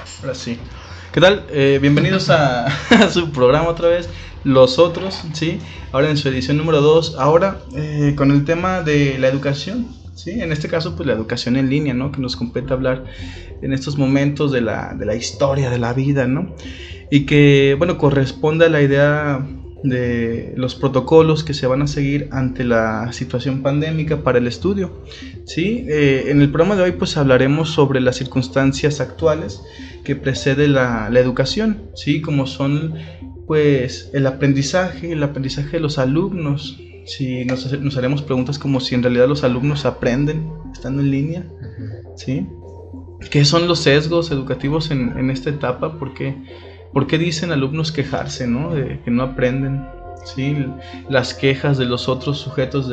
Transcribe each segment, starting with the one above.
Ahora sí. ¿Qué tal? Bienvenidos a, a su programa otra vez, Los Otros, ¿sí? Ahora en su edición número 2, ahora con el tema de la educación, ¿sí? En este caso, pues la educación en línea, ¿no? Que nos compete hablar en estos momentos de la historia de la vida, ¿no? Y que, bueno, corresponde a la idea de los protocolos que se van a seguir ante la situación pandémica para el estudio, ¿sí? En el programa de hoy pues hablaremos sobre las circunstancias actuales que precede la educación, ¿sí? Como son pues el aprendizaje de los alumnos. Si nos haremos preguntas como si en realidad los alumnos aprenden estando en línea, ¿sí? ¿Qué son los sesgos educativos en esta etapa? ¿Por qué dicen alumnos quejarse, ¿no? De que no aprenden, ¿sí? Las quejas de los otros sujetos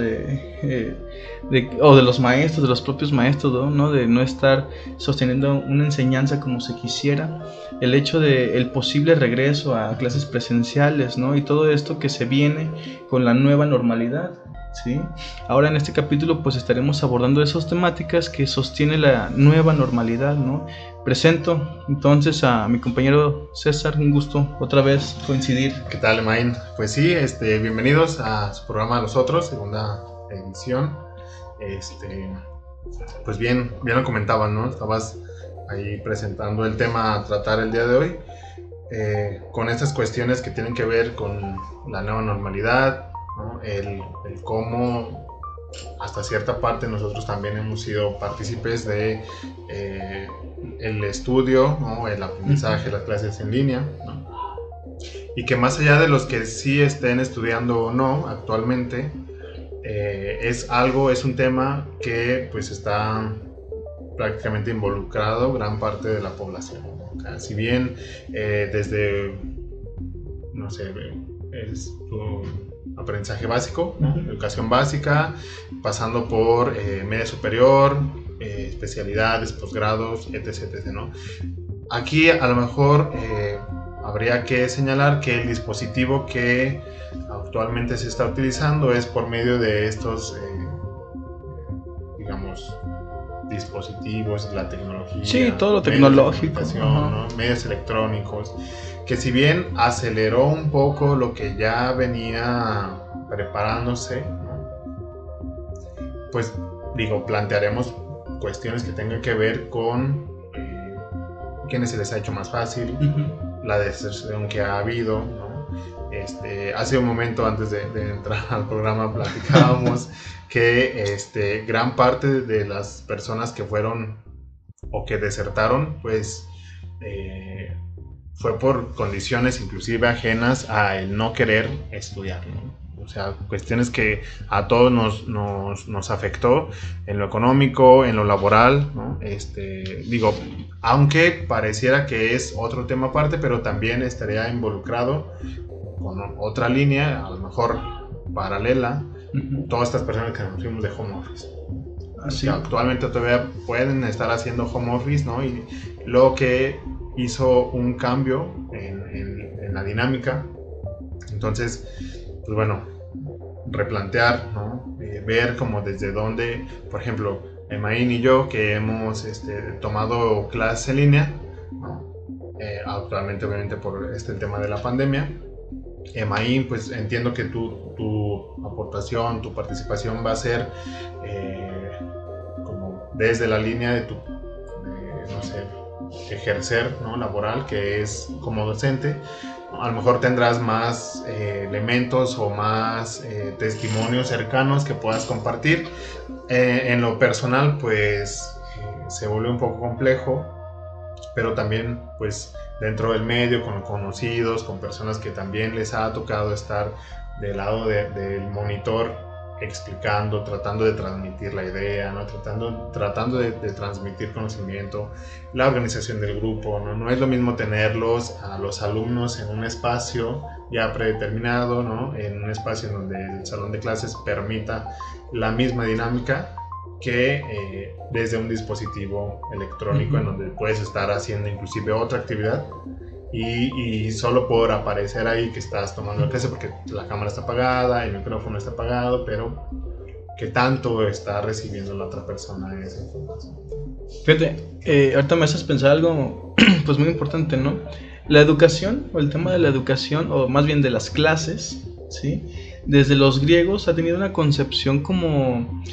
o de los maestros, de los propios maestros, ¿no? De no estar sosteniendo una enseñanza como se quisiera. El hecho de el posible regreso a clases presenciales, ¿no? Y todo esto que se viene con la nueva normalidad, ¿sí? Ahora en este capítulo pues estaremos abordando esas temáticas que sostiene la nueva normalidad, ¿no? Presento entonces a mi compañero César, un gusto otra vez coincidir. ¿Qué tal, Emain? Pues sí, bienvenidos a su programa Los Otros, segunda edición. Pues bien lo comentaban, ¿no? Estabas ahí presentando el tema a tratar el día de hoy, con estas cuestiones que tienen que ver con la nueva normalidad, ¿no? El cómo hasta cierta parte nosotros también hemos sido partícipes de el estudio, ¿no? El aprendizaje, las clases en línea, ¿no? Y que más allá de los que sí estén estudiando o no actualmente, es un tema que pues está prácticamente involucrado gran parte de la población, ¿no? O sea, si bien desde, no sé, es tu aprendizaje básico, ¿no? Educación básica, pasando por media superior, especialidades, posgrados, etc., ¿no? Aquí a lo mejor habría que señalar que el dispositivo que actualmente se está utilizando es por medio de estos, digamos, dispositivos, la tecnología, sí, todo lo tecnológico, ¿no? Medios electrónicos, que si bien aceleró un poco lo que ya venía preparándose, ¿no? Pues digo, plantearemos cuestiones que tengan que ver con quiénes se les ha hecho más fácil, la deserción que ha habido, ¿no? Hace un momento antes de entrar al programa platicábamos que gran parte de las personas que fueron o que desertaron, pues fue por condiciones inclusive ajenas a el no querer estudiar, ¿no? O sea, cuestiones que a todos nos afectó en lo económico, en lo laboral, ¿no? Digo, aunque pareciera que es otro tema aparte, pero también estaría involucrado con otra línea, a lo mejor paralela, todas estas personas que nos fuimos de home office. Así. Que actualmente todavía pueden estar haciendo home office, ¿no? Y lo que hizo un cambio en la dinámica. Entonces, pues bueno, replantear, ¿no? Ver como desde dónde, por ejemplo, Emain y yo que hemos tomado clases en línea, ¿no? Actualmente obviamente por el tema de la pandemia. Emain, pues entiendo que tu aportación, tu participación va a ser como desde la línea de tu, no sé, ejercer, ¿no? Laboral, que es como docente. A lo mejor tendrás más elementos o más testimonios cercanos que puedas compartir. En lo personal, pues se vuelve un poco complejo, pero también pues dentro del medio, con conocidos, con personas que también les ha tocado estar del lado del monitor, explicando, tratando de transmitir la idea, ¿no? tratando de transmitir conocimiento, la organización del grupo, ¿no? No es lo mismo tenerlos a los alumnos en un espacio ya predeterminado, ¿no? En un espacio en donde el salón de clases permita la misma dinámica que desde un dispositivo electrónico en donde puedes estar haciendo inclusive otra actividad y solo por aparecer ahí que estás tomando la clase porque la cámara está apagada, el micrófono está apagado, pero ¿qué tanto está recibiendo la otra persona esa información? Fíjate, ahorita me haces pensar algo pues muy importante, ¿no? La educación, o el tema de la educación, o más bien de las clases, ¿sí? Desde los griegos ha tenido una concepción como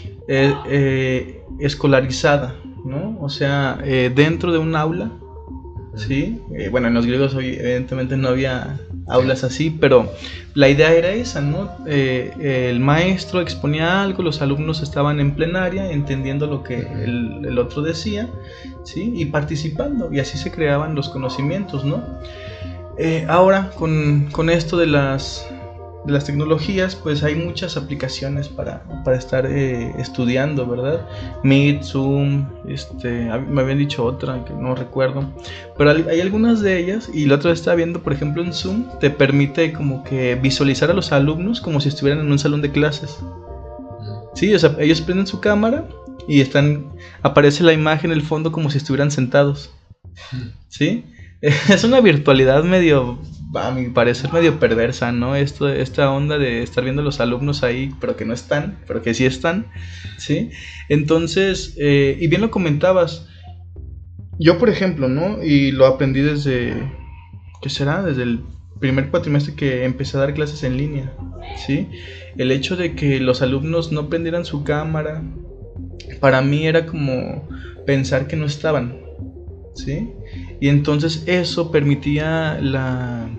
escolarizada, ¿no? O sea, dentro de un aula, ¿sí? Bueno, en los griegos evidentemente no había aulas así, pero la idea era esa, ¿no? El maestro exponía algo, los alumnos estaban en plenaria entendiendo lo que el otro decía, ¿sí? Y participando, y así se creaban los conocimientos, ¿no? Ahora, con esto de las tecnologías, pues hay muchas aplicaciones para estar estudiando, ¿verdad? Meet, Zoom, me habían dicho otra que no recuerdo, pero hay algunas de ellas, y la otra vez estaba viendo, por ejemplo, en Zoom te permite como que visualizar a los alumnos como si estuvieran en un salón de clases. Sí, o sea, ellos prenden su cámara y aparece la imagen en el fondo como si estuvieran sentados. ¿Sí? Es una virtualidad medio, a mi parecer, medio perversa, ¿no? Esta onda de estar viendo a los alumnos ahí, pero que no están, pero que sí están, ¿sí? Entonces, y bien lo comentabas, yo por ejemplo, ¿no? Y lo aprendí desde, ¿qué será? Desde el primer cuatrimestre que empecé a dar clases en línea, ¿sí? El hecho de que los alumnos no prendieran su cámara, para mí era como pensar que no estaban, ¿sí? Y entonces eso permitía la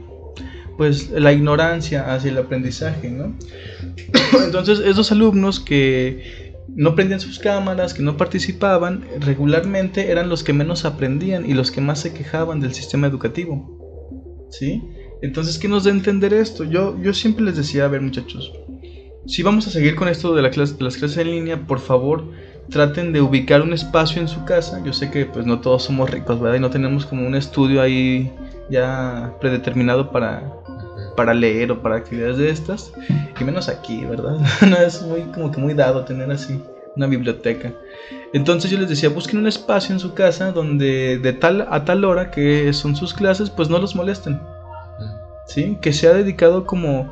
ignorancia hacia el aprendizaje, ¿no? Entonces esos alumnos que no prendían sus cámaras, que no participaban, regularmente eran los que menos aprendían y los que más se quejaban del sistema educativo, ¿sí? Entonces, ¿qué nos da a entender esto? Yo siempre les decía, a ver, muchachos, si vamos a seguir con esto de las clases en línea, por favor, traten de ubicar un espacio en su casa. Yo sé que pues no todos somos ricos, ¿verdad? Y no tenemos como un estudio ahí ya predeterminado para leer o para actividades de estas. Y menos aquí, ¿verdad? No es como que muy dado tener así una biblioteca. Entonces yo les decía, busquen un espacio en su casa donde de tal a tal hora que son sus clases, pues no los molesten, ¿sí? Que sea dedicado como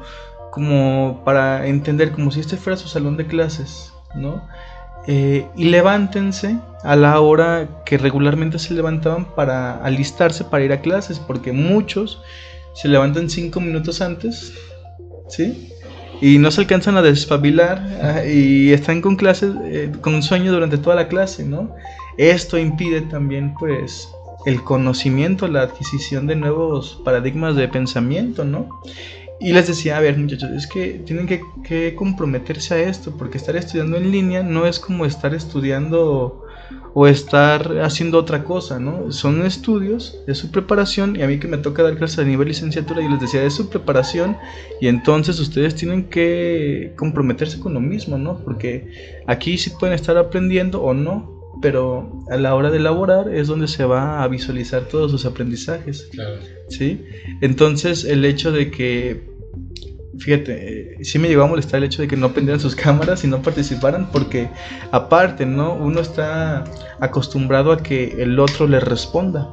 para entender, como si este fuera su salón de clases, ¿no? Y levántense a la hora que regularmente se levantaban para alistarse para ir a clases, porque muchos se levantan 5 minutos antes, ¿sí? Y no se alcanzan a despabilar y están con clases, con sueño durante toda la clase, ¿no? Esto impide también, pues, el conocimiento, la adquisición de nuevos paradigmas de pensamiento, ¿no? Y les decía, a ver, muchachos, es que tienen que comprometerse a esto, porque estar estudiando en línea no es como estar estudiando o estar haciendo otra cosa, ¿no? Son estudios, es su preparación, y a mí que me toca dar clases a nivel licenciatura, yo les decía, es su preparación, y entonces ustedes tienen que comprometerse con lo mismo, ¿no? Porque aquí sí pueden estar aprendiendo o no, pero a la hora de elaborar es donde se va a visualizar todos sus aprendizajes. Claro. ¿Sí? Entonces el hecho de que, fíjate, sí me llegó a molestar el hecho de que no prendieran sus cámaras y no participaran, porque aparte, ¿no? Uno está acostumbrado a que el otro le responda,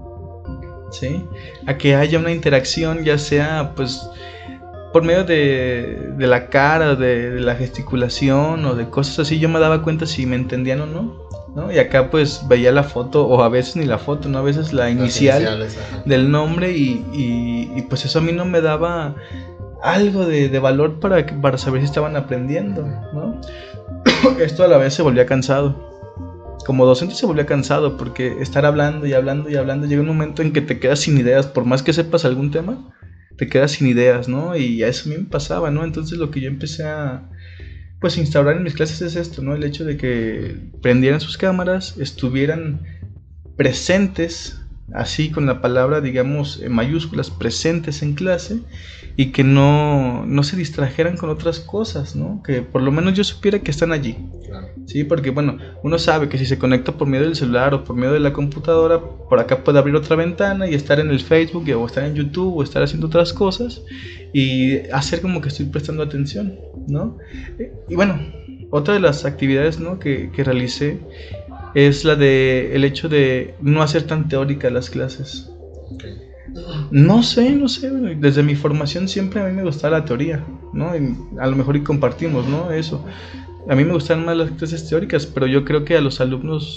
¿sí? A que haya una interacción, ya sea pues por medio de la cara, de la gesticulación o de cosas así. Yo me daba cuenta si me entendían o no, y acá pues veía la foto, o a veces ni la foto, ¿no? A veces la inicial del nombre, y pues eso a mí no me daba algo de valor para saber si estaban aprendiendo, ¿no? Esto a la vez se volvía cansado. Como docente se volvía cansado, porque estar hablando y hablando y hablando, llega un momento en que te quedas sin ideas. Por más que sepas algún tema, te quedas sin ideas, ¿no? Y a eso a mí me pasaba, ¿no? Entonces lo que yo empecé a pues instaurar en mis clases es esto, ¿no? El hecho de que prendieran sus cámaras, estuvieran presentes, así con la palabra, digamos, en mayúsculas, presentes en clase, y que no se distrajeran con otras cosas, ¿no? Que por lo menos yo supiera que están allí. Claro. Sí, porque bueno, uno sabe que si se conecta por medio del celular o por medio de la computadora, por acá puede abrir otra ventana y estar en el Facebook o estar en YouTube o estar haciendo otras cosas y hacer como que estoy prestando atención, ¿no? Y bueno, otra de las actividades, ¿no? que realicé es la de el hecho de no hacer tan teóricas las clases. Okay. No sé, desde mi formación siempre a mí me gustaba la teoría, ¿no? Y a lo mejor y compartimos, ¿no? Eso. A mí me gustan más las clases teóricas, pero yo creo que a los alumnos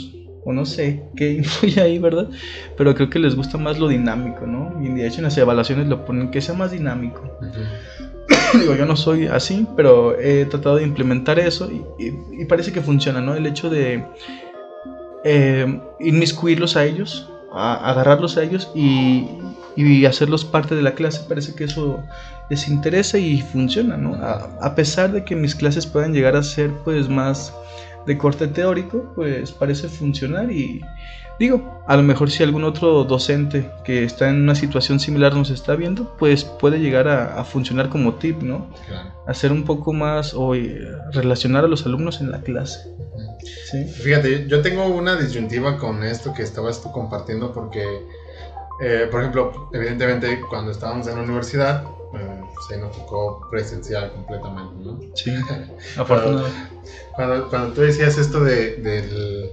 o no sé qué influye ahí, ¿verdad? Pero creo que les gusta más lo dinámico, ¿no? Y de hecho en las evaluaciones lo ponen que sea más dinámico. Digo, yo no soy así, pero he tratado de implementar eso y parece que funciona, ¿no? El hecho de inmiscuirlos a ellos, agarrarlos a ellos y hacerlos parte de la clase, parece que eso les interesa y funciona, ¿no? A pesar de que mis clases puedan llegar a ser pues más de corte teórico, pues parece funcionar y digo, a lo mejor si algún otro docente que está en una situación similar nos está viendo, pues puede llegar a funcionar como tip, ¿no? Claro. Hacer un poco más o relacionar a los alumnos en la clase. ¿Sí? Fíjate, yo tengo una disyuntiva con esto que estabas tú compartiendo porque, por ejemplo, evidentemente cuando estábamos en la universidad, se nos tocó presencial completamente, ¿no? Sí, afortunadamente. Cuando tú decías esto del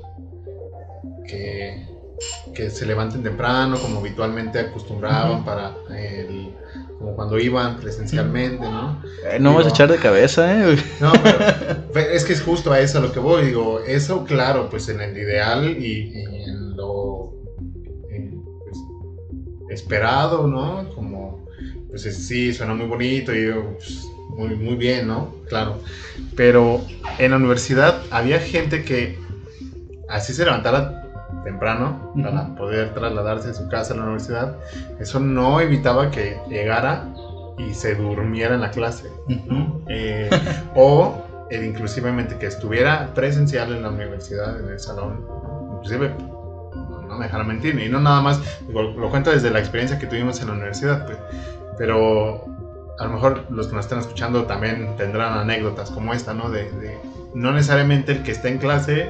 que se levanten temprano, como habitualmente acostumbraban para como cuando iban presencialmente, ¿no? No vas a echar de cabeza, ¿eh? No, pero es que es justo a eso a lo que voy, digo, eso claro, pues en el ideal y en lo pues, esperado, ¿no? Como, pues sí, suena muy bonito y pues, muy, muy bien, ¿no? Claro, pero en la universidad había gente que así se levantara temprano para poder trasladarse de su casa a la universidad, eso no evitaba que llegara y se durmiera en la clase, ¿no? O inclusivamente que estuviera presencial en la universidad, en el salón, ¿no? Inclusive, no me dejaron mentir, y no nada más, lo cuento desde la experiencia que tuvimos en la universidad, pues, pero a lo mejor los que nos están escuchando también tendrán anécdotas como esta, ¿no? De no necesariamente el que está en clase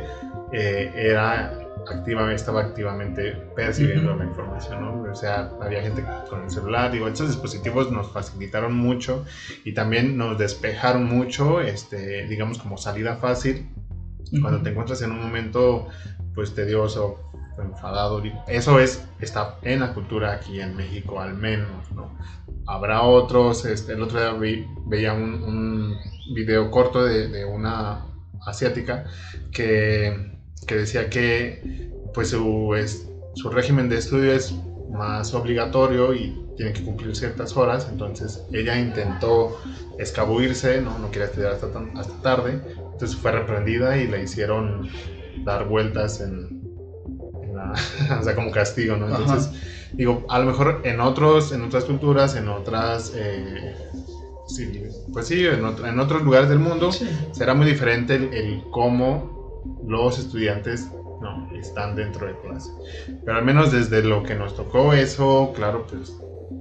estaba activamente percibiendo la información, ¿no? O sea, había gente con el celular, digo, estos dispositivos nos facilitaron mucho y también nos despejaron mucho, digamos como salida fácil, cuando te encuentras en un momento pues tedioso, enfadado, eso está en la cultura aquí en México al menos, ¿no? Habrá otros, el otro día veía un video corto de una asiática que decía que pues su régimen de estudio es más obligatorio y tiene que cumplir ciertas horas, entonces ella intentó escabuirse, no quería estudiar hasta tarde, entonces fue reprendida y le hicieron dar vueltas o sea, como castigo, ¿no? Entonces, digo, a lo mejor en otras culturas, en otras sí, pues sí, en otros lugares del mundo será muy diferente el cómo los estudiantes están dentro de clase. Pero al menos desde lo que nos tocó eso, claro, pues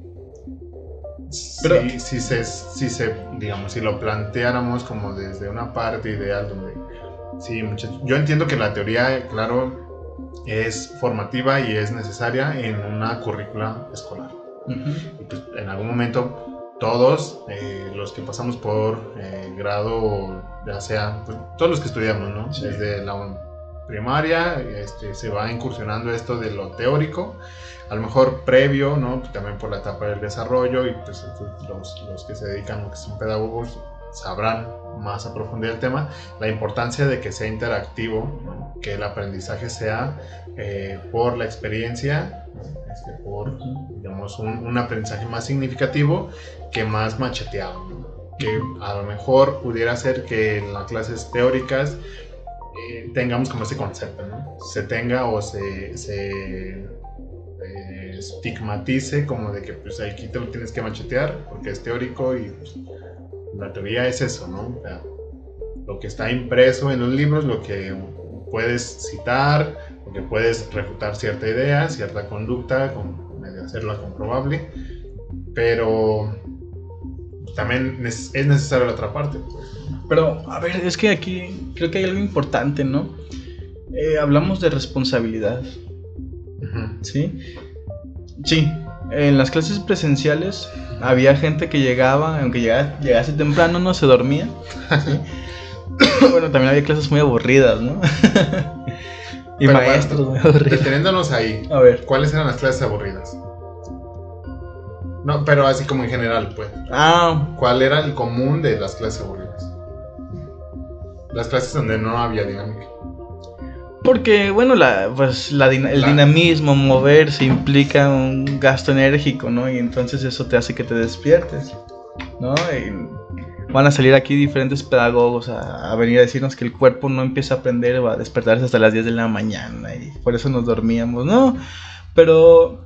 pero, digamos, si lo planteáramos como desde una parte ideal donde sí, muchachos, yo entiendo que la teoría, claro, es formativa y es necesaria en una currícula escolar. Y pues en algún momento todos los que pasamos por grado, ya sea pues, todos los que estudiamos, ¿no? Sí. Desde la primaria se va incursionando esto de lo teórico, a lo mejor previo, ¿no? También por la etapa del desarrollo y pues los que se dedican, los que son pedagogos, sabrán más a profundidad el tema, la importancia de que sea interactivo, ¿no? Que el aprendizaje sea por la experiencia, ¿no? Por, digamos, un aprendizaje más significativo que más macheteado, ¿no? Que a lo mejor pudiera ser que en las clases teóricas tengamos como ese concepto, ¿no? Se tenga o se estigmatice como de que pues aquí te lo tienes que machetear porque es teórico y pues, la teoría es eso, ¿no? O sea, lo que está impreso en los libros, lo que puedes citar, lo que puedes refutar cierta idea, cierta conducta, medio hacerla comprobable, pero también es necesaria la otra parte. Pero, a ver, es que aquí creo que hay algo importante, ¿no? Hablamos de responsabilidad, ¿sí? Sí, en las clases presenciales había gente que llegaba, aunque llegase temprano, no se dormía, ¿sí? Bueno, también había clases muy aburridas, ¿no? Y pero maestros muy aburridos. Deteniéndonos ahí, a ver, ¿cuáles eran las clases aburridas? No, pero así como en general, pues. ¿Cuál era el común de las clases aburridas? Las clases donde no había dinámica. Porque, bueno, el dinamismo, moverse implica un gasto enérgico, ¿no? Y entonces eso te hace que te despiertes, ¿no? Y van a salir aquí diferentes pedagogos a venir a decirnos que el cuerpo no empieza a aprender o a despertarse hasta las 10 de la mañana y por eso nos dormíamos, ¿no? Pero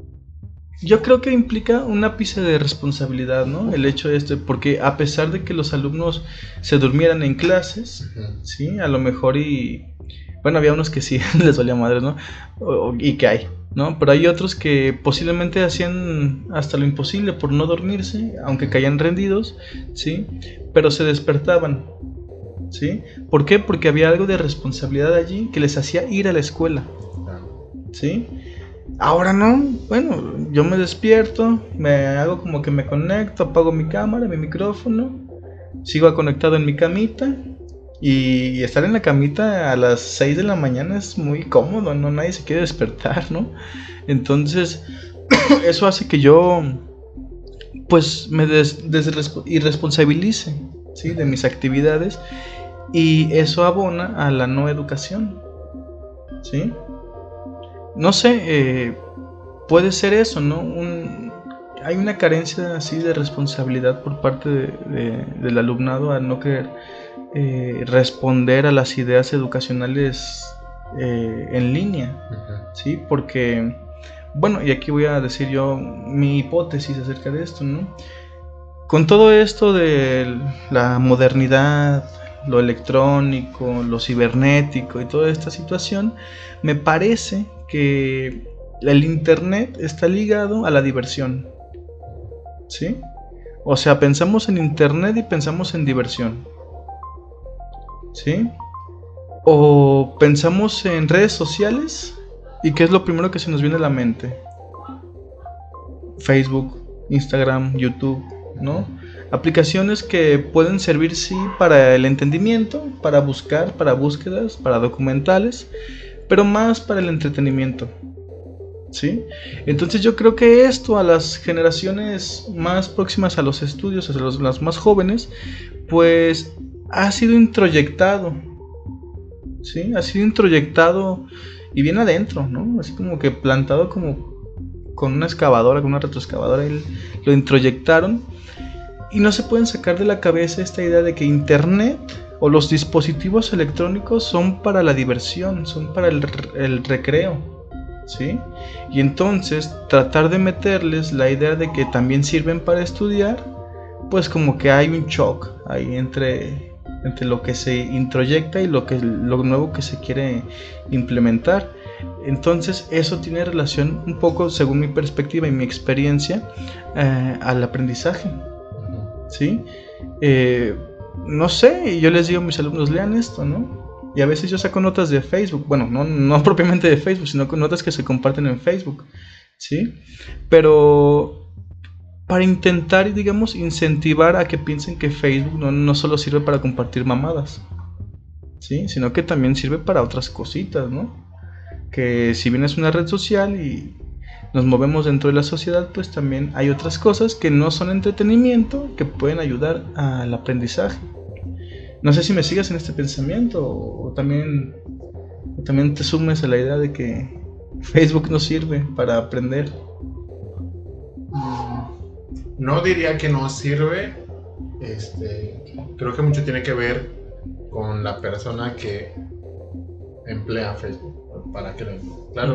yo creo que implica un ápice de responsabilidad, ¿no? El hecho porque a pesar de que los alumnos se durmieran en clases, ¿sí? A lo mejor bueno, había unos que sí les valía madres, ¿no? Y que hay, ¿no? Pero hay otros que posiblemente hacían hasta lo imposible por no dormirse, aunque caían rendidos, ¿sí? Pero se despertaban, ¿sí? ¿Por qué? Porque había algo de responsabilidad allí que les hacía ir a la escuela, ¿sí? Ahora no, bueno, yo me despierto, me hago como que me conecto, apago mi cámara, mi micrófono, sigo conectado en mi camita. Y estar en la camita a las 6 de la mañana es muy cómodo, ¿no? Nadie se quiere despertar, ¿no? Entonces, eso hace que yo, pues, me irresponsabilice, ¿sí? De mis actividades. Y eso abona a la no educación, ¿sí? No sé, puede ser eso, ¿no? Hay una carencia así de responsabilidad por parte del alumnado al no querer responder a las ideas educacionales en línea, ¿sí? Porque, bueno, y aquí voy a decir yo mi hipótesis acerca de esto, ¿no? Con todo esto de la modernidad, lo electrónico, lo cibernético y toda esta situación, me parece que el internet está ligado a la diversión, ¿sí? O sea, pensamos en internet y pensamos en diversión, ¿sí? O pensamos en redes sociales y ¿qué es lo primero que se nos viene a la mente? Facebook, Instagram, YouTube, ¿no? Aplicaciones que pueden servir, sí, para el entendimiento, para buscar, para búsquedas, para documentales, pero más para el entretenimiento, ¿sí? Entonces yo creo que esto a las generaciones más próximas a los estudios, a las más jóvenes, pues ha sido introyectado, ¿sí? Ha sido introyectado y bien adentro, ¿no? Así como que plantado como con una excavadora, con una retroexcavadora, y lo introyectaron y no se pueden sacar de la cabeza esta idea de que internet o los dispositivos electrónicos son para la diversión, son para el recreo, ¿sí? Y entonces tratar de meterles la idea de que también sirven para estudiar, pues como que hay un shock ahí entre lo que se introyecta y lo nuevo que se quiere implementar. Entonces eso tiene relación un poco, según mi perspectiva y mi experiencia, al aprendizaje, ¿sí? No sé, yo les digo a mis alumnos, lean esto, ¿no? Y a veces yo saco notas de Facebook, bueno, no propiamente de Facebook, sino con notas que se comparten en Facebook, ¿sí? Pero para intentar, digamos, incentivar a que piensen que Facebook no solo sirve para compartir mamadas, ¿sí? Sino que también sirve para otras cositas, ¿no? Que si bien es una red social y nos movemos dentro de la sociedad, pues también hay otras cosas que no son entretenimiento, que pueden ayudar al aprendizaje. No sé si me sigas en este pensamiento o también te sumes a la idea de que Facebook no sirve para aprender. No diría que no sirve. Creo que mucho tiene que ver con la persona que emplea Facebook. ¿Para qué lo emplea? Claro,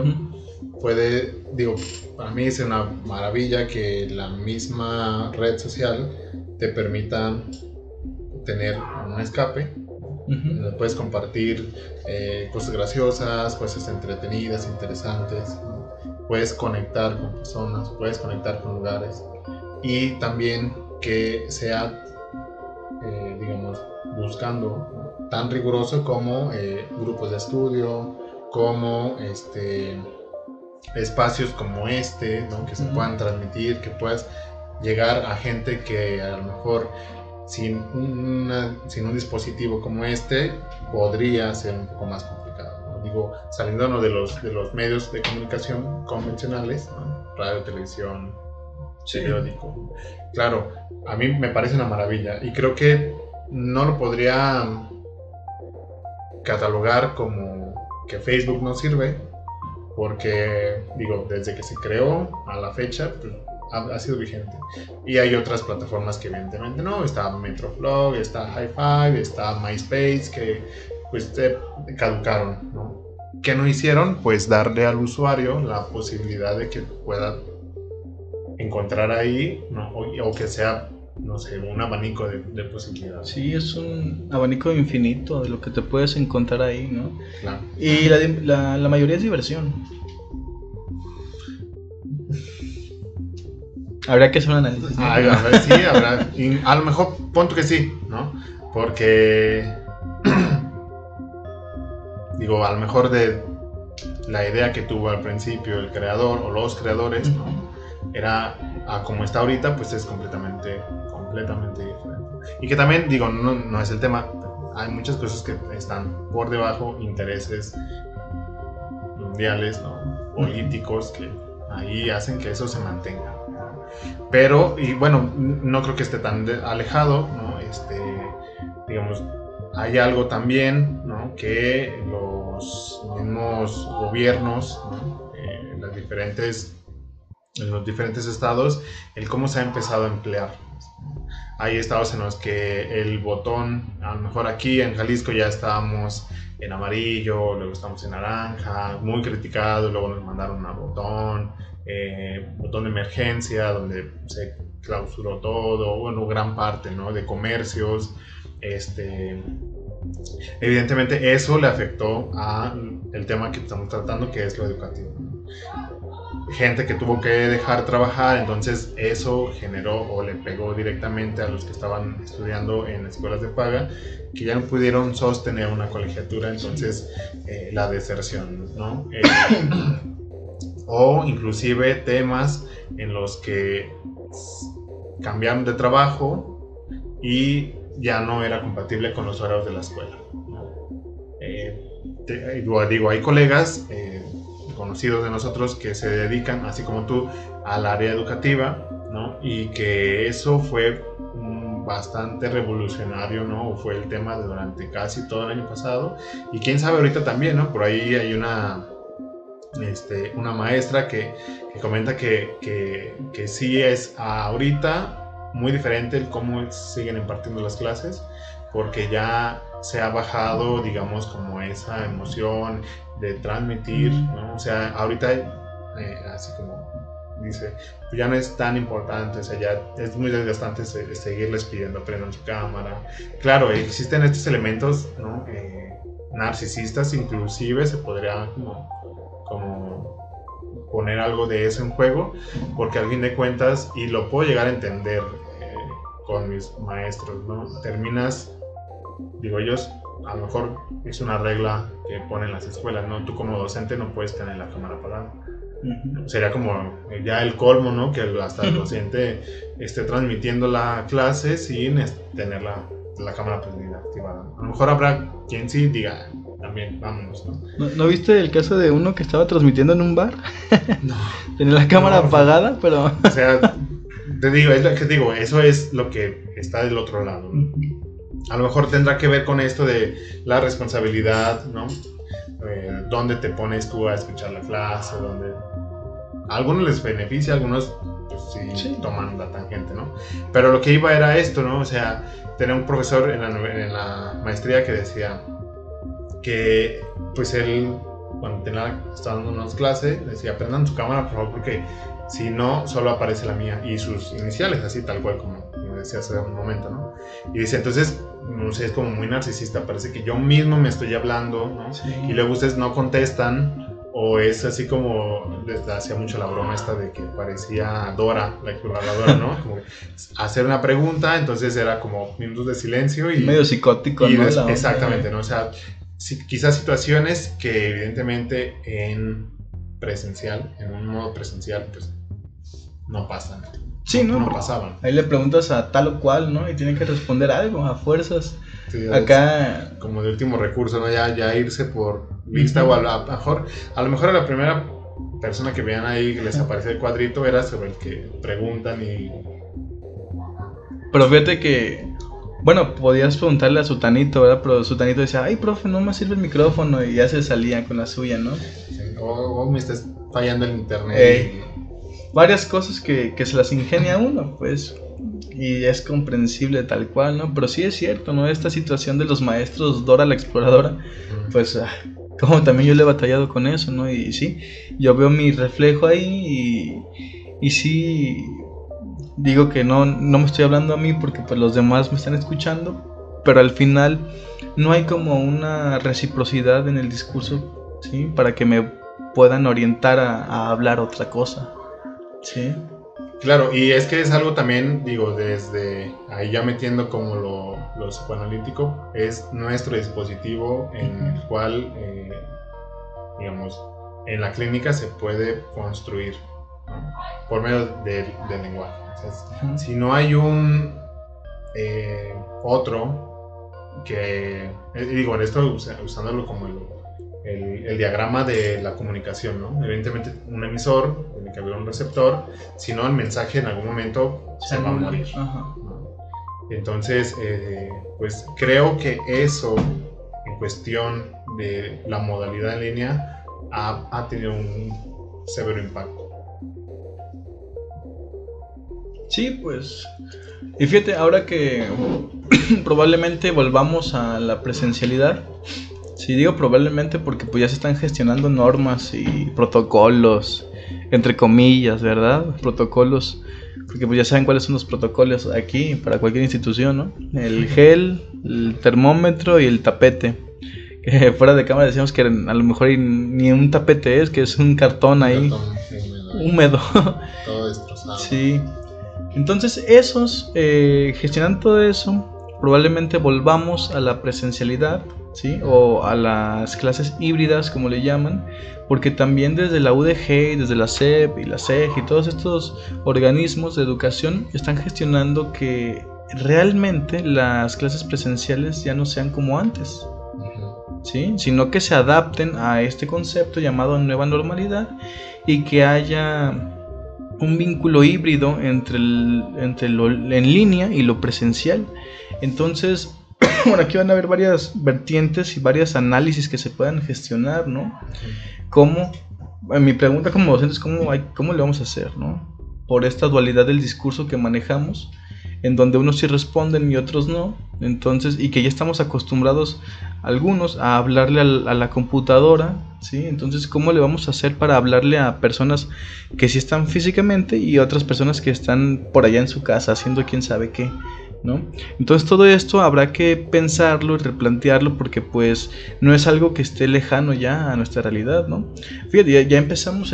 para mí es una maravilla que la misma red social te permita tener un escape. Donde puedes compartir cosas graciosas, cosas entretenidas, interesantes, ¿no? Puedes conectar con personas, puedes conectar con lugares, y también que sea, digamos, buscando, ¿no?, tan riguroso como grupos de estudio, como espacios como ¿no?, que se puedan transmitir, que puedas llegar a gente que a lo mejor sin un dispositivo como podría ser un poco más complicado, ¿no? Digo, saliéndonos de los medios de comunicación convencionales, ¿no?, radio, televisión, periódico. Claro, a mí me parece una maravilla y creo que no lo podría catalogar como que Facebook no sirve porque, digo, desde que se creó a la fecha, pues, ha sido vigente. Y hay otras plataformas que evidentemente no, está Metroflog, está Hi5, está MySpace, que pues caducaron, ¿no? ¿Qué no hicieron? Pues darle al usuario la posibilidad de que pueda encontrar ahí, ¿no? O que sea, no sé, un abanico de posibilidades. Sí, es un abanico infinito de lo que te puedes encontrar ahí, ¿no? Claro. Y la mayoría es diversión. Habría que hacer un análisis, ¿no? A ver, sí, habrá. Y a lo mejor, punto que sí, ¿no? Porque, digo, a lo mejor de la idea que tuvo al principio el creador o los creadores, ¿no? Era a como está ahorita, pues es completamente diferente. Y que también, digo, no es el tema. Hay muchas cosas que están por debajo, intereses mundiales, ¿no? Políticos, que ahí hacen que eso se mantenga. Pero, y bueno, no creo que esté tan alejado, ¿no? Digamos, hay algo también, ¿no? Que los mismos gobiernos, ¿no? En los diferentes estados, el cómo se ha empezado a emplear. Hay estados en los que el botón, a lo mejor aquí en Jalisco ya estábamos en amarillo, luego estamos en naranja, muy criticado, luego nos mandaron a botón de emergencia, donde se clausuró todo, bueno, gran parte, ¿no? De comercios. Evidentemente eso le afectó a el tema que estamos tratando, que es lo educativo. Gente que tuvo que dejar trabajar, entonces eso generó o le pegó directamente a los que estaban estudiando en escuelas de paga, que ya no pudieron sostener una colegiatura, entonces la deserción, ¿no? O inclusive temas en los que cambiaron de trabajo y ya no era compatible con los horarios de la escuela, ¿no? Digo, hay colegas conocidos de nosotros que se dedican, así como tú, al área educativa, ¿no? Y que eso fue bastante revolucionario, ¿no? Fue el tema durante casi todo el año pasado, y quién sabe ahorita también, ¿no? Por ahí hay una maestra que comenta que sí es ahorita muy diferente el cómo siguen impartiendo las clases, porque ya se ha bajado, digamos, como esa emoción de transmitir, ¿no? O sea, ahorita, así como dice, pues ya no es tan importante, o sea, ya es muy desgastante seguirles pidiendo prendan su cámara. Claro, existen estos elementos, ¿no? Narcisistas, inclusive se podría como poner algo de eso en juego, porque al fin de cuentas, y lo puedo llegar a entender con mis maestros, ¿no? Terminas, digo, ellos, a lo mejor es una regla que ponen las escuelas, ¿no? Tú como docente no puedes tener la cámara apagada. Sería como ya el colmo, ¿no? Que hasta el docente esté transmitiendo la clase sin tener la cámara prendida, activada. A lo mejor habrá quien sí diga, también, vámonos, ¿no? ¿No viste el caso de uno que estaba transmitiendo en un bar? No. Tenía la cámara apagada, pero... O sea, te digo, eso es lo que está del otro lado, ¿no? A lo mejor tendrá que ver con esto de la responsabilidad, ¿no? Dónde te pones tú a escuchar la clase, dónde... A algunos les beneficia, a algunos pues, sí toman la tangente, ¿no? Pero lo que iba era esto, ¿no? O sea, tenía un profesor en la maestría que decía que, pues él, cuando estaba dando unas clases, decía, prendan su cámara, por favor, porque si no, solo aparece la mía y sus iniciales, así tal cual como decía hace un momento, ¿no? Y dice, entonces, no sé, es como muy narcisista, parece que yo mismo me estoy hablando, ¿no? Sí. Y luego ustedes no contestan, o es así como, les hacía mucho la broma esta de que parecía Dora, la exploradora, ¿no? Como hacer una pregunta, entonces era como minutos de silencio y... Medio psicótico, y ¿no? Exactamente, ¿no? O sea, quizás situaciones que evidentemente en un modo presencial, pues no pasan. Sí, ¿no? No pasaban. Ahí le preguntas a tal o cual, ¿no? Y tiene que responder algo, a fuerzas. Sí, acá... como de último recurso, ¿no? Ya irse por vista, o a lo mejor a la primera persona que vean ahí que les aparece el cuadrito era sobre el que preguntan y... Pero fíjate que Bueno, podías preguntarle a Sutanito, ¿verdad? Pero Sutanito decía, ay, profe, no me sirve el micrófono, y ya se salía con la suya, ¿no? Sí, o me estás fallando el internet. Varias cosas que se las ingenia uno, pues, y es comprensible tal cual, ¿no? Pero sí es cierto, ¿no? Esta situación de los maestros Dora la Exploradora, pues, como también yo le he batallado con eso, ¿no? Y sí, yo veo mi reflejo ahí y sí, digo que no me estoy hablando a mí porque pues los demás me están escuchando, pero al final no hay como una reciprocidad en el discurso, ¿sí? Para que me puedan orientar a hablar otra cosa, ¿sí? Claro, y es que es algo también, digo, desde ahí ya metiendo como lo psicoanalítico, es nuestro dispositivo en el cual, digamos, en la clínica se puede construir, ¿no? Por medio del lenguaje. Entonces, si no hay un otro que, digo, esto usándolo como el diagrama de la comunicación, ¿no? Evidentemente un emisor, tiene que haber un receptor, si no el mensaje en algún momento se va a morir, ¿no? Entonces, pues creo que eso, en cuestión de la modalidad en línea, ha tenido un severo impacto. Sí, pues, y fíjate, ahora que probablemente volvamos a la presencialidad. Sí, digo probablemente porque pues ya se están gestionando normas y protocolos, entre comillas, ¿verdad? Protocolos, porque pues ya saben cuáles son los protocolos aquí para cualquier institución, ¿no? El gel, el termómetro y el tapete. Que fuera de cámara decíamos que a lo mejor ni un tapete es, que es un cartón ahí, húmedo. Todo destrozado. Sí. Entonces esos, gestionando todo eso, probablemente volvamos a la presencialidad, ¿sí? O a las clases híbridas, como le llaman, porque también desde la UDG, desde la SEP y la SEG y todos estos organismos de educación están gestionando que realmente las clases presenciales ya no sean como antes, ¿sí? Sino que se adapten a este concepto llamado nueva normalidad y que haya un vínculo híbrido entre lo en línea y lo presencial. Entonces, bueno, aquí van a haber varias vertientes y varios análisis que se puedan gestionar, ¿no? ¿Cómo? Mi pregunta como docente es ¿cómo le vamos a hacer, ¿no? Por esta dualidad del discurso que manejamos, en donde unos sí responden y otros no. Entonces, y que ya estamos acostumbrados algunos a hablarle a la computadora, ¿sí? Entonces, ¿cómo le vamos a hacer para hablarle a personas que sí están físicamente y otras personas que están por allá en su casa haciendo quién sabe qué, ¿no? Entonces todo esto habrá que pensarlo y replantearlo porque pues no es algo que esté lejano ya a nuestra realidad, ¿no? Fíjate, ya empezamos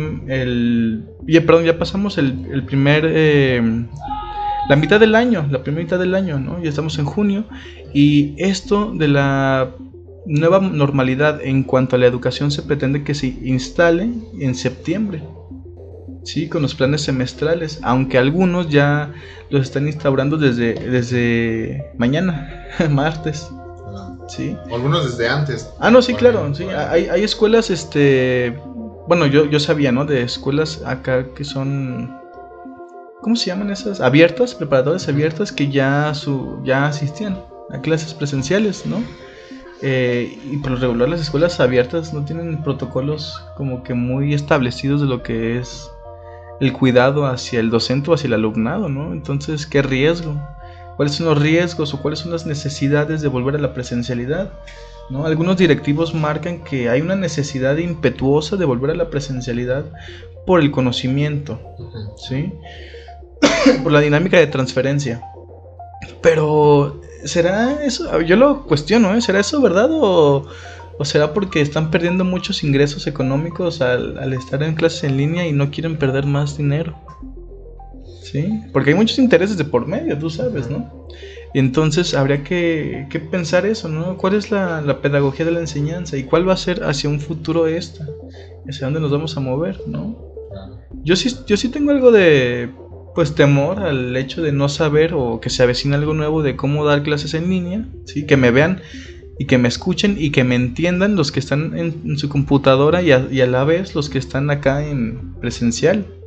ya pasamos el primer la mitad del año, la primera mitad del año, ¿no? Ya estamos en junio y esto de la nueva normalidad en cuanto a la educación se pretende que se instale en septiembre, sí, con los planes semestrales, aunque algunos ya los están instaurando desde mañana, martes, sí. O algunos desde antes. No, sí, claro, sí. Hay escuelas, bueno, yo sabía, ¿no? De escuelas acá que son, ¿cómo se llaman esas? Abiertas, preparatorias abiertas que ya asistían a clases presenciales, ¿no? Y por lo regular las escuelas abiertas no tienen protocolos como que muy establecidos de lo que es el cuidado hacia el docente o hacia el alumnado, ¿no? Entonces, ¿qué riesgo? ¿Cuáles son los riesgos o cuáles son las necesidades de volver a la presencialidad, ¿no? Algunos directivos marcan que hay una necesidad impetuosa de volver a la presencialidad por el conocimiento, ¿sí? Por la dinámica de transferencia. Pero, ¿será eso? Yo lo cuestiono, ¿eh? ¿Será eso verdad o será porque están perdiendo muchos ingresos económicos al estar en clases en línea y no quieren perder más dinero? ¿Sí? Porque hay muchos intereses de por medio, tú sabes, ¿no? Y entonces habría que pensar eso, ¿no? ¿Cuál es la pedagogía de la enseñanza? ¿Y cuál va a ser hacia un futuro esta? ¿Hacia dónde nos vamos a mover, no? Yo sí tengo algo de, pues, temor al hecho de no saber o que se avecina algo nuevo de cómo dar clases en línea, ¿sí? Que me vean y que me escuchen y que me entiendan los que están en su computadora y a la vez los que están acá en presencial,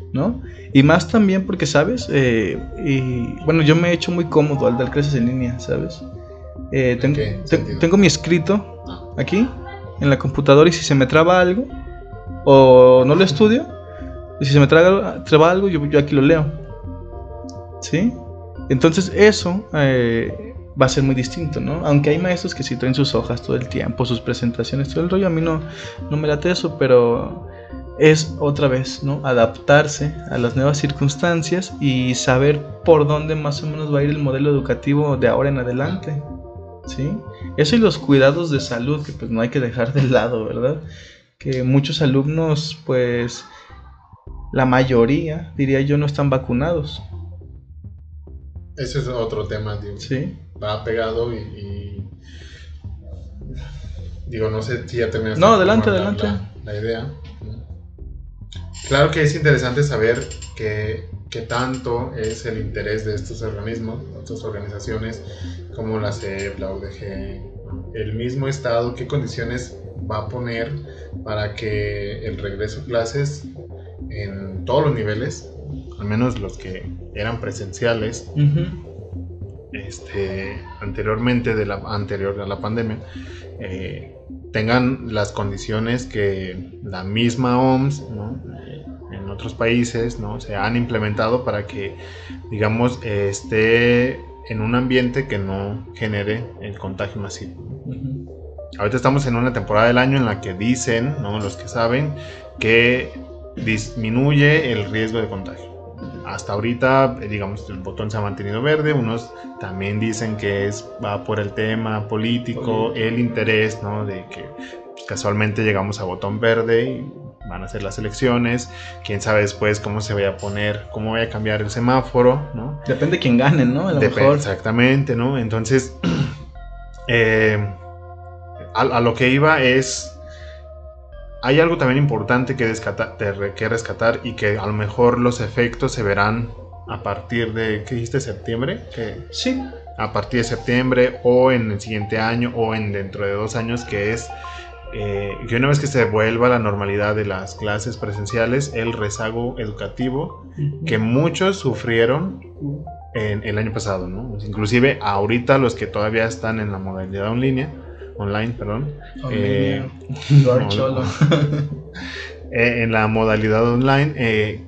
¿no? Y más también porque, ¿sabes? Y bueno, yo me he hecho muy cómodo al dar clases en línea, ¿sabes? Tengo mi escrito aquí en la computadora y si se me traba algo o no lo estudio, y si se me traba algo, yo aquí lo leo, ¿sí? Entonces eso va a ser muy distinto, ¿no? Aunque hay maestros que sí traen sus hojas todo el tiempo, sus presentaciones, todo el rollo, a mí no me late eso, pero es otra vez, ¿no? Adaptarse a las nuevas circunstancias y saber por dónde más o menos va a ir el modelo educativo de ahora en adelante, ¿sí? Eso y los cuidados de salud que pues no hay que dejar de lado, ¿verdad? Que muchos alumnos, pues la mayoría, diría yo, no están vacunados. Ese es otro tema, digo. Sí. Va pegado y digo, no sé si ya terminaste. No, adelante. La idea. Claro que es interesante saber qué tanto es el interés de estos organismos, estas organizaciones como la CEP, la UDG, el mismo Estado, qué condiciones va a poner para que el regreso a clases en todos los niveles, al menos los que eran presenciales, anteriormente anterior a la pandemia, tengan las condiciones que la misma OMS, ¿no? En otros países, ¿no? Se han implementado para que, digamos, esté en un ambiente que no genere el contagio masivo. Ahorita estamos en una temporada del año en la que dicen, ¿no? Los que saben, que disminuye el riesgo de contagio. Hasta ahorita, digamos, el botón se ha mantenido verde. Unos también dicen que va por el tema político, el interés, ¿no? De que pues, casualmente llegamos a botón verde y van a ser las elecciones. Quién sabe después cómo se vaya a poner, cómo vaya a cambiar el semáforo, ¿no? Depende de quién gane, ¿no? A lo mejor. Exactamente, ¿no? Entonces, a lo que iba es... Hay algo también importante que rescatar y que a lo mejor los efectos se verán a partir de, ¿qué dijiste? ¿Septiembre? Sí. A partir de septiembre o en el siguiente año o dentro de 2 años, que es que una vez que se vuelva a la normalidad de las clases presenciales, el rezago educativo que muchos sufrieron el año pasado, ¿no? Inclusive ahorita los que todavía están en la modalidad online, en la modalidad online,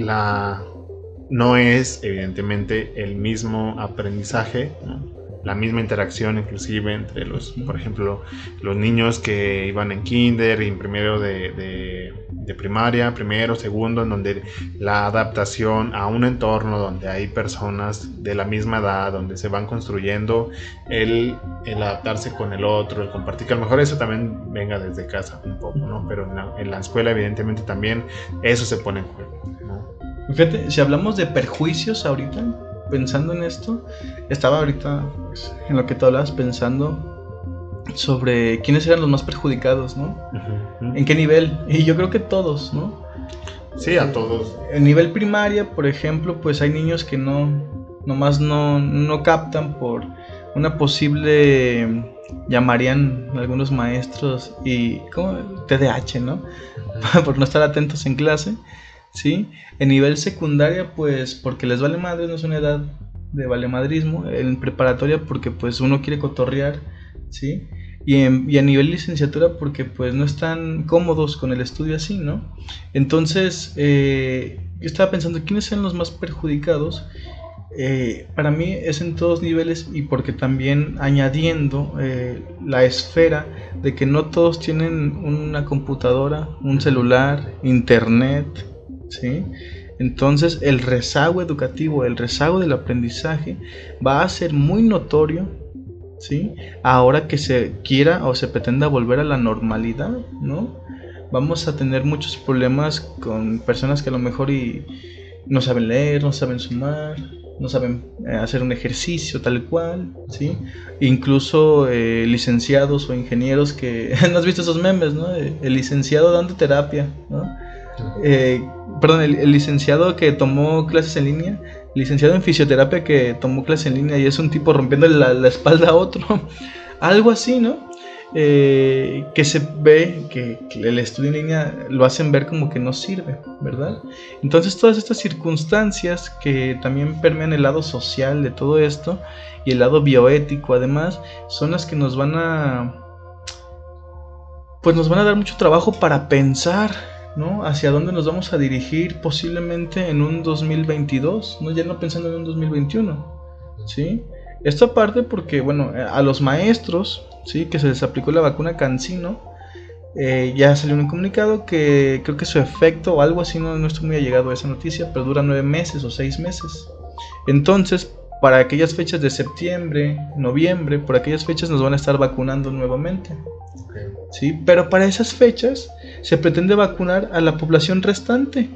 no es evidentemente el mismo aprendizaje, ¿no? La misma interacción inclusive entre por ejemplo, los niños que iban en kinder y en primero de primaria, primero, segundo, en donde la adaptación a un entorno donde hay personas de la misma edad, donde se van construyendo el adaptarse con el otro, el compartir, que a lo mejor eso también venga desde casa un poco, ¿no? Pero en la escuela evidentemente también eso se pone en juego, ¿no? Fíjate, si hablamos de perjuicios ahorita, pensando en esto, estaba ahorita pues, en lo que tú hablabas pensando sobre quiénes eran los más perjudicados, ¿no? ¿En qué nivel? Y yo creo que todos, ¿no? Sí, a todos. En nivel primaria, por ejemplo, pues hay niños que nomás no captan por una posible, llamarían algunos maestros, y ¿cómo? TDAH, ¿no? Por no estar atentos en clase. ¿Sí? En nivel secundaria, pues porque les vale madre, no es una edad de valemadrismo. En preparatoria, porque pues uno quiere cotorrear, ¿sí? Y a nivel licenciatura, porque pues no están cómodos con el estudio así, ¿no? Entonces, yo estaba pensando, ¿quiénes son los más perjudicados? Para mí es en todos niveles, y porque también añadiendo la esfera de que no todos tienen una computadora, un celular, internet, ¿sí? Entonces el rezago educativo, el rezago del aprendizaje va a ser muy notorio, ¿sí? Ahora que se quiera o se pretenda volver a la normalidad, ¿no? Vamos a tener muchos problemas con personas que a lo mejor no saben leer, no saben sumar, no saben hacer un ejercicio tal cual, ¿sí? Incluso licenciados o ingenieros que... ¿No has visto esos memes, no? El licenciado dando terapia, ¿no? El licenciado que tomó clases en línea, licenciado en fisioterapia que tomó clases en línea y es un tipo rompiendo la espalda a otro, algo así, ¿no? que se ve que el estudio en línea lo hacen ver como que no sirve, ¿verdad? Entonces todas estas circunstancias que también permean el lado social de todo esto y el lado bioético además son las que nos van a dar mucho trabajo para pensar, ¿no? Hacia dónde nos vamos a dirigir posiblemente en un 2022, ¿no? Ya no pensando en un 2021, ¿sí? Esto aparte porque, bueno, a los maestros, ¿sí? Que se les aplicó la vacuna CanSino, ya salió un comunicado que creo que su efecto o algo así, no estoy muy allegado a esa noticia, pero dura 9 meses o 6 meses. Entonces, para aquellas fechas de septiembre, noviembre, por aquellas fechas nos van a estar vacunando nuevamente. Okay. Sí, pero para esas fechas se pretende vacunar a la población restante.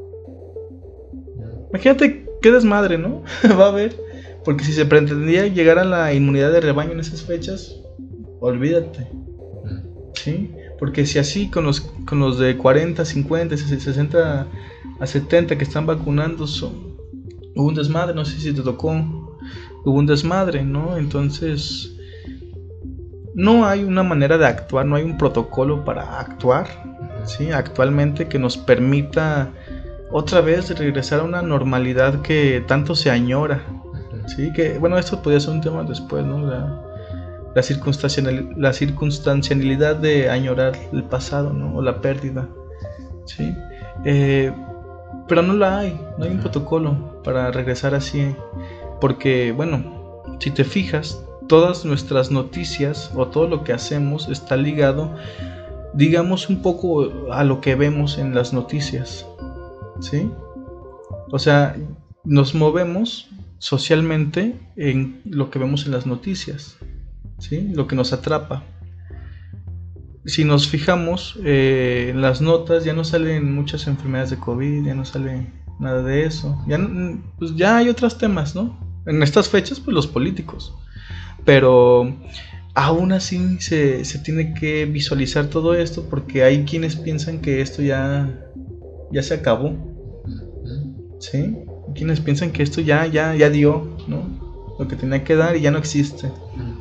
Imagínate qué desmadre, ¿no? Va a haber. Porque si se pretendía llegar a la inmunidad de rebaño en esas fechas, olvídate. ¿Sí? Porque si así con los de 40, 50, 60 a 70 que están vacunando hubo un desmadre, no sé si te tocó, hubo un desmadre, ¿no? Entonces no hay una manera de actuar, no hay un protocolo para actuar, ¿sí? Actualmente que nos permita otra vez regresar a una normalidad que tanto se añora, ¿sí? Que, bueno, esto podría ser un tema después, ¿no? La circunstancialidad de añorar el pasado, ¿no? O la pérdida, ¿sí? Pero no hay un protocolo para regresar así, porque, bueno, si te fijas, todas nuestras noticias o todo lo que hacemos está ligado, digamos, un poco a lo que vemos en las noticias, ¿sí? O sea, nos movemos socialmente en lo que vemos en las noticias, ¿sí? Lo que nos atrapa. Si nos fijamos en las notas, ya no salen muchas enfermedades de COVID, ya no sale nada de eso. Pues ya hay otros temas, ¿no? En estas fechas, pues los políticos. Pero aún así se tiene que visualizar todo esto porque hay quienes piensan que esto ya se acabó, ¿sí? Hay quienes piensan que esto ya dio, ¿no? Lo que tenía que dar y ya no existe.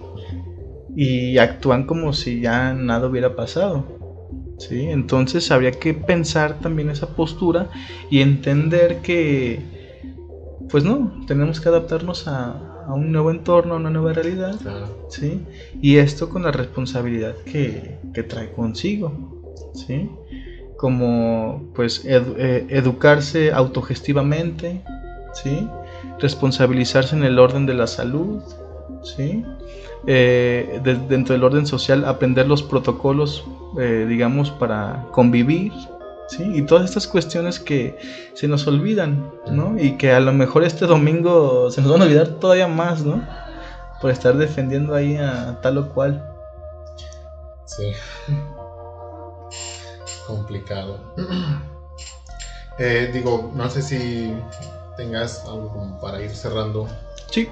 Y actúan como si ya nada hubiera pasado, ¿sí? Entonces habría que pensar también esa postura y entender que, pues no, tenemos que adaptarnos a un nuevo entorno, a una nueva realidad, ¿sí? Y esto con la responsabilidad que trae consigo, ¿sí? Como pues educarse autogestivamente, ¿sí? Responsabilizarse en el orden de la salud, ¿sí? Dentro del orden social aprender los protocolos, digamos, para convivir, ¿sí? Y todas estas cuestiones que se nos olvidan, ¿no? Y que a lo mejor este domingo se nos van a olvidar todavía más, ¿no? Por estar defendiendo ahí a tal o cual. Sí. Complicado. Digo, no sé si tengas algo como para ir cerrando. Sí.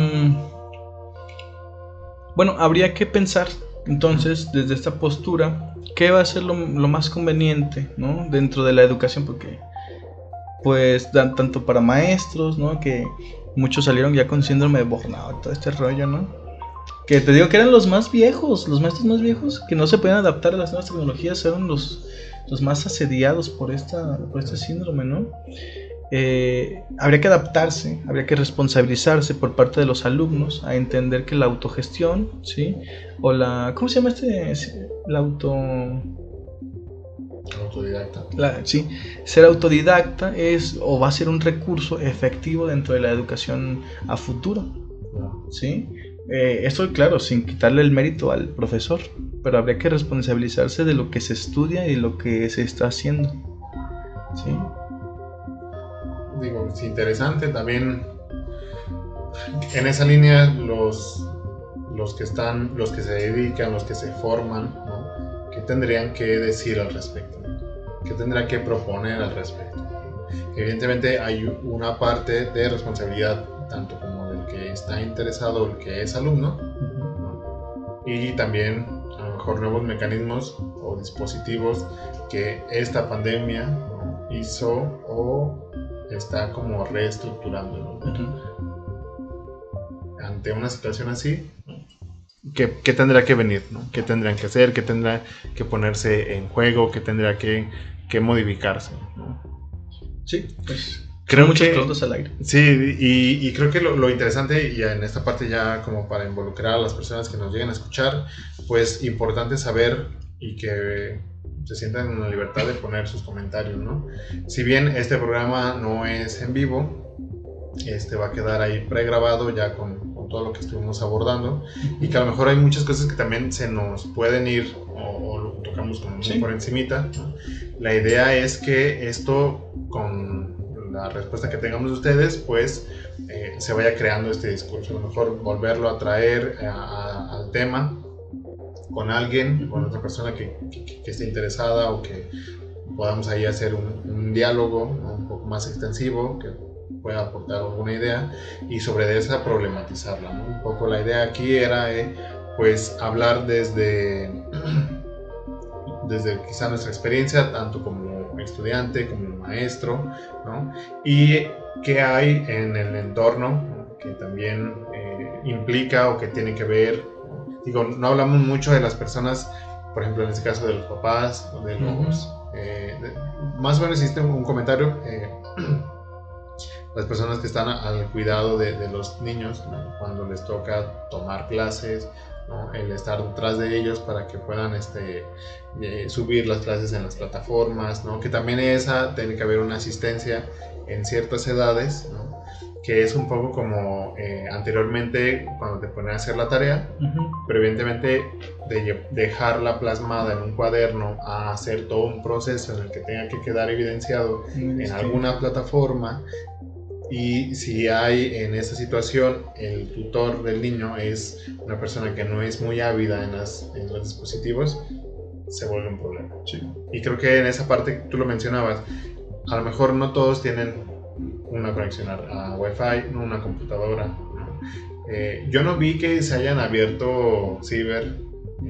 Bueno, habría que pensar entonces desde esta postura qué va a ser lo más conveniente, ¿no? Dentro de la educación, porque pues tanto para maestros, ¿no? Que muchos salieron ya con síndrome de burnout, todo este rollo, ¿no? Que te digo que eran los maestros más viejos que no se podían adaptar a las nuevas tecnologías, eran los más asediados por este síndrome, ¿no? Habría que adaptarse, habría que responsabilizarse por parte de los alumnos a entender que la autogestión, ¿sí? O ¿cómo se llama Autodidacta. Sí, ser autodidacta es o va a ser un recurso efectivo dentro de la educación a futuro, ¿sí? Esto, claro, sin quitarle el mérito al profesor, pero habría que responsabilizarse de lo que se estudia y lo que se está haciendo, ¿sí? Digo, es interesante también en esa línea los que se dedican, los que se forman, ¿no? ¿Qué tendrían que decir al respecto? ¿Qué tendrán que proponer al respecto? Evidentemente hay una parte de responsabilidad tanto como del que está interesado, el que es alumno, ¿no? Y también a lo mejor nuevos mecanismos o dispositivos que esta pandemia, ¿no? hizo o está como reestructurando, ¿no? Ante una situación así, qué tendrá que venir, ¿no? ¿Qué tendrían que hacer? ¿Qué tendrá que ponerse en juego? ¿Qué tendrá que modificarse, ¿no? Sí, pues creo muchas que, preguntas al aire. Sí, y creo que lo interesante, y en esta parte ya como para involucrar a las personas que nos lleguen a escuchar, pues importante saber y que se sientan en la libertad de poner sus comentarios, ¿no? Si bien este programa no es en vivo, va a quedar ahí pregrabado ya con todo lo que estuvimos abordando, y que a lo mejor hay muchas cosas que también se nos pueden ir o lo tocamos como muy por encimita, ¿no? La idea es que esto, con la respuesta que tengamos de ustedes, pues se vaya creando este discurso, a lo mejor volverlo a traer al tema con alguien, con otra persona que esté interesada, o que podamos ahí hacer un diálogo, ¿no? Un poco más extensivo, que pueda aportar alguna idea, y sobre esa problematizarla, ¿no? Un poco la idea aquí era pues hablar desde quizá nuestra experiencia, tanto como estudiante, como maestro, ¿no? Y qué hay en el entorno, ¿no? Que también implica o que tiene que ver, ¿no? Digo, no hablamos mucho de las personas, por ejemplo, en este caso de los papás, o de los... más o menos hiciste un comentario, las personas que están al cuidado de los niños, ¿no? Cuando les toca tomar clases, ¿no? El estar detrás de ellos para que puedan subir las clases en las plataformas, ¿no? Que también tiene que haber una asistencia en ciertas edades, ¿no? Que es un poco como anteriormente cuando te ponían a hacer la tarea, pero evidentemente de dejarla plasmada en un cuaderno a hacer todo un proceso en el que tenga que quedar evidenciado en alguna plataforma. Y si hay en esa situación el tutor del niño es una persona que no es muy ávida en los dispositivos, se vuelve un problema. Sí. Y creo que en esa parte tú lo mencionabas, a lo mejor no todos tienen una conexión a Wi-Fi, no una computadora, ¿no? Yo no vi que se hayan abierto ciber,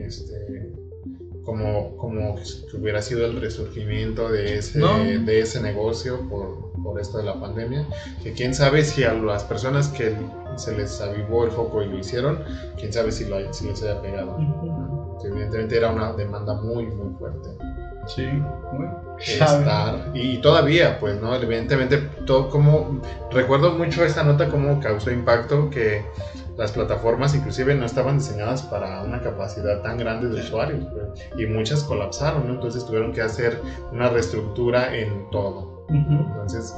como que hubiera sido el resurgimiento de ese negocio por esto de la pandemia, que quién sabe si a las personas que se les avivó el foco y lo hicieron, quién sabe si les haya pegado, ¿no? Evidentemente era una demanda muy muy fuerte. Sí, muy y todavía, pues, ¿no? Evidentemente, recuerdo mucho esta nota, cómo causó impacto, que las plataformas inclusive no estaban diseñadas para una capacidad tan grande de usuarios, pues, y muchas colapsaron, ¿no? Entonces tuvieron que hacer una reestructura en todo. Entonces,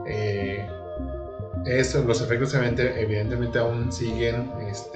los efectos evidentemente aún siguen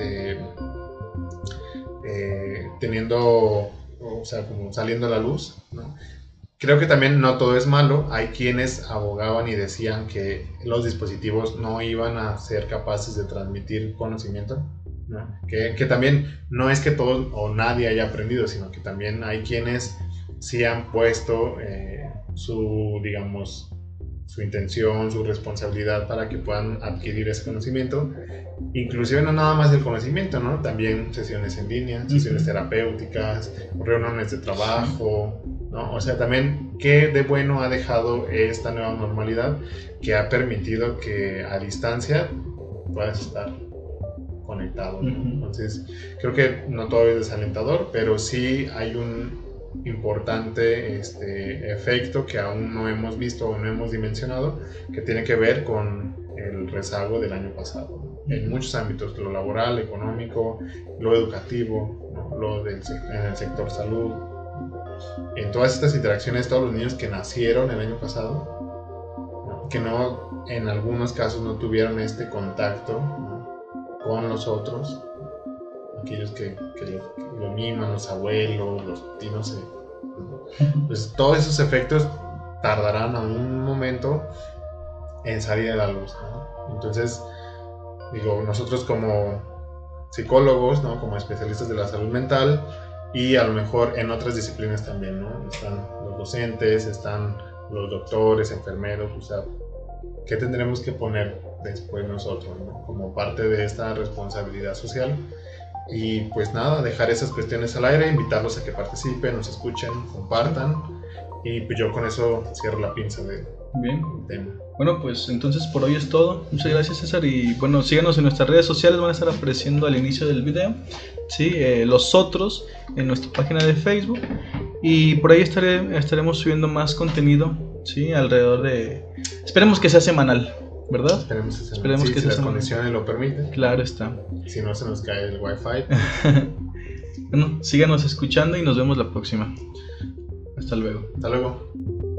teniendo, o sea, como saliendo a la luz, ¿no? Creo que también no todo es malo. Hay quienes abogaban y decían que los dispositivos no iban a ser capaces de transmitir conocimiento, ¿no? Que también no es que todos o nadie haya aprendido, sino que también hay quienes sí han puesto su intención, su responsabilidad para que puedan adquirir ese conocimiento, inclusive no nada más el conocimiento, ¿no? También sesiones en línea, sesiones terapéuticas, reuniones de trabajo, ¿no? O sea, también qué de bueno ha dejado esta nueva normalidad, que ha permitido que a distancia puedas estar conectado, ¿no? Entonces, creo que no todo es desalentador, pero sí hay un importante efecto que aún no hemos visto o no hemos dimensionado, que tiene que ver con el rezago del año pasado, ¿no? En muchos ámbitos, lo laboral, económico, lo educativo, ¿no? En el sector salud, en todas estas interacciones, todos los niños que nacieron el año pasado, ¿no? Que no, en algunos casos no tuvieron este contacto, ¿no? Con los otros, aquellos que lo miman, los abuelos, los tíos, pues todos esos efectos tardarán a un momento en salir a la luz, ¿no? Entonces, digo, nosotros como psicólogos, ¿no? Como especialistas de la salud mental, y a lo mejor en otras disciplinas también, ¿no? Están los docentes, están los doctores, enfermeros, o sea, ¿qué tendremos que poner después nosotros, ¿no? Como parte de esta responsabilidad social? Y pues nada, dejar esas cuestiones al aire, invitarlos a que participen, nos escuchen, compartan, Y pues yo con eso cierro la pinza del Bien. tema. Bueno, pues entonces por hoy es todo. Muchas gracias, César. Y bueno, síganos en nuestras redes sociales, van a estar apareciendo al inicio del video. ¿Sí? Los otros en nuestra página de Facebook. Y por ahí estaremos subiendo más contenido. ¿Sí? Alrededor de... Esperemos que sea semanal, ¿verdad? Esperemos que sea las semanal. condiciones lo permiten. Claro está. Si no se nos cae el wifi. Bueno, síganos escuchando y nos vemos la próxima. Hasta luego. Hasta luego.